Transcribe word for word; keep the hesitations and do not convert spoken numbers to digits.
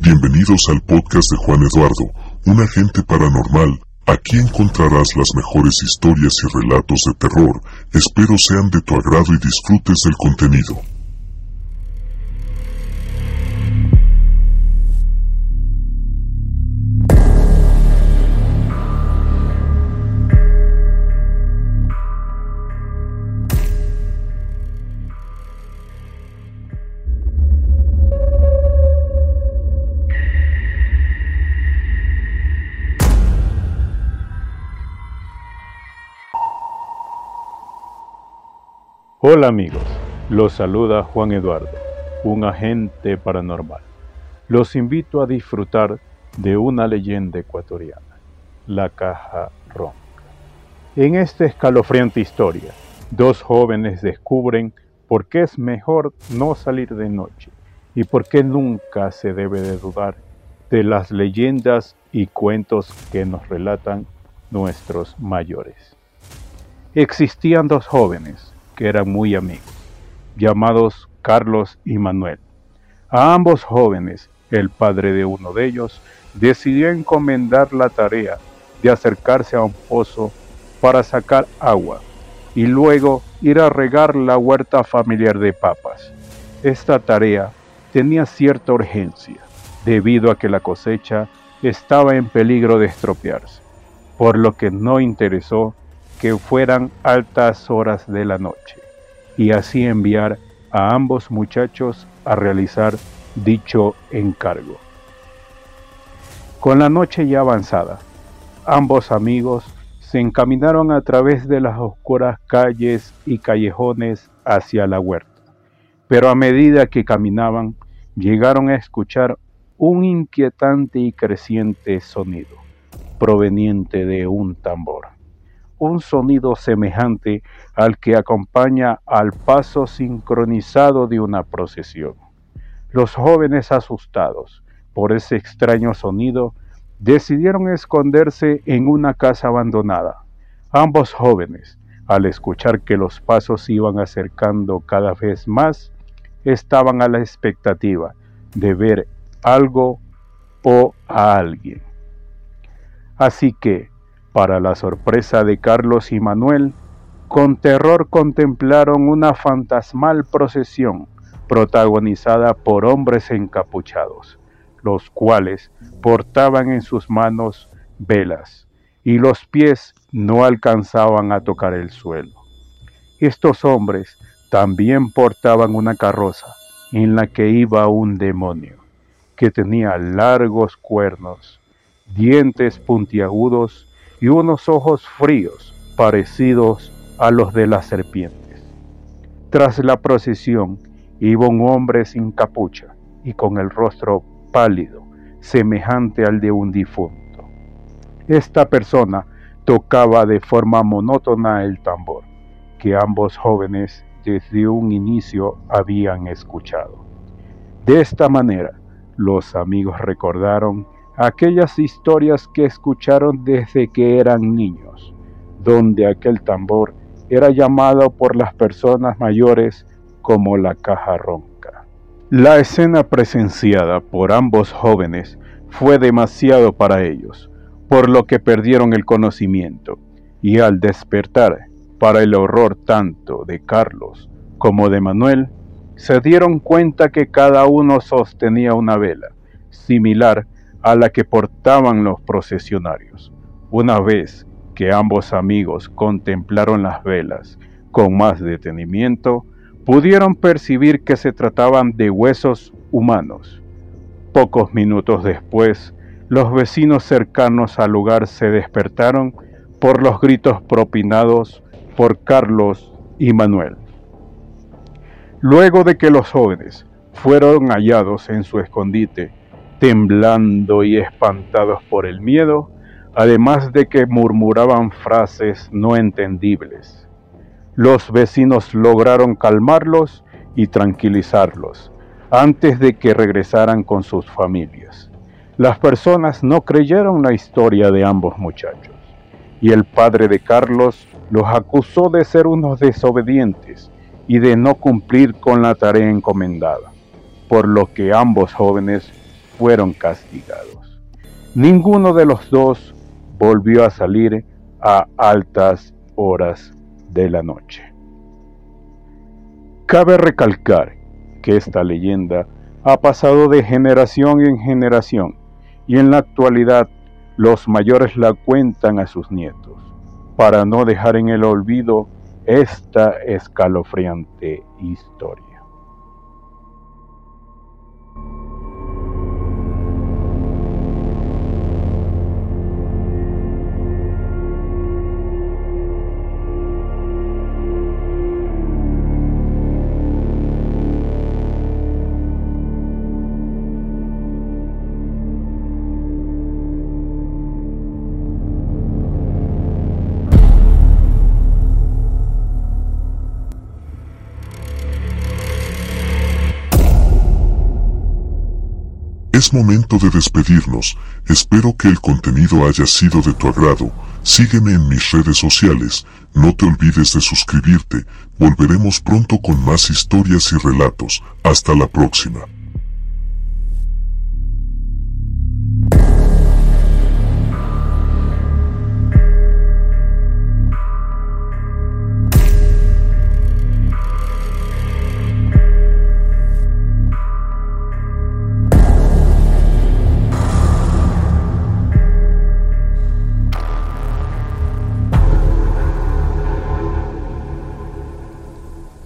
Bienvenidos al podcast de Juan Eduardo, un agente paranormal. Aquí encontrarás las mejores historias y relatos de terror. Espero sean de tu agrado y disfrutes del contenido. Hola amigos, los saluda Juan Eduardo, un agente paranormal. Los invito a disfrutar de una leyenda ecuatoriana, la Caja Ronca. En esta escalofriante historia, dos jóvenes descubren por qué es mejor no salir de noche y por qué nunca se debe de dudar de las leyendas y cuentos que nos relatan nuestros mayores. Existían dos jóvenes que eran muy amigos, llamados Carlos y Manuel. A ambos jóvenes, el padre de uno de ellos decidió encomendar la tarea de acercarse a un pozo para sacar agua y luego ir a regar la huerta familiar de papas. Esta tarea tenía cierta urgencia, debido a que la cosecha estaba en peligro de estropearse, por lo que no interesó que fueran altas horas de la noche, y así enviar a ambos muchachos a realizar dicho encargo. Con la noche ya avanzada, ambos amigos se encaminaron a través de las oscuras calles y callejones hacia la huerta, pero a medida que caminaban, llegaron a escuchar un inquietante y creciente sonido, proveniente de un tambor. Un sonido semejante al que acompaña al paso sincronizado de una procesión. Los jóvenes, asustados por ese extraño sonido, decidieron esconderse en una casa abandonada. Ambos jóvenes, al escuchar que los pasos se iban acercando cada vez más, estaban a la expectativa de ver algo o a alguien. Así que, para la sorpresa de Carlos y Manuel, con terror contemplaron una fantasmal procesión protagonizada por hombres encapuchados, los cuales portaban en sus manos velas y los pies no alcanzaban a tocar el suelo. Estos hombres también portaban una carroza en la que iba un demonio, que tenía largos cuernos, dientes puntiagudos y unos ojos fríos parecidos a los de las serpientes. Tras la procesión iba un hombre sin capucha y con el rostro pálido, semejante al de un difunto. Esta persona tocaba de forma monótona el tambor, que ambos jóvenes desde un inicio habían escuchado. De esta manera, los amigos recordaron aquellas historias que escucharon desde que eran niños, donde aquel tambor era llamado por las personas mayores como la Caja Ronca. La escena presenciada por ambos jóvenes fue demasiado para ellos, por lo que perdieron el conocimiento, y al despertar, para el horror tanto de Carlos como de Manuel, se dieron cuenta que cada uno sostenía una vela, similar a la que portaban los procesionarios. Una vez que ambos amigos contemplaron las velas con más detenimiento, pudieron percibir que se trataban de huesos humanos. Pocos minutos después, los vecinos cercanos al lugar se despertaron por los gritos propinados por Carlos y Manuel. Luego de que los jóvenes fueron hallados en su escondite, temblando y espantados por el miedo, además de que murmuraban frases no entendibles. Los vecinos lograron calmarlos y tranquilizarlos antes de que regresaran con sus familias. Las personas no creyeron la historia de ambos muchachos, y el padre de Carlos los acusó de ser unos desobedientes y de no cumplir con la tarea encomendada, por lo que ambos jóvenes fueron castigados. Ninguno de los dos volvió a salir a altas horas de la noche. Cabe recalcar que esta leyenda ha pasado de generación en generación y en la actualidad los mayores la cuentan a sus nietos, para no dejar en el olvido esta escalofriante historia. Es momento de despedirnos. Espero que el contenido haya sido de tu agrado. Sígueme en mis redes sociales. No te olvides de suscribirte. Volveremos pronto con más historias y relatos. Hasta la próxima.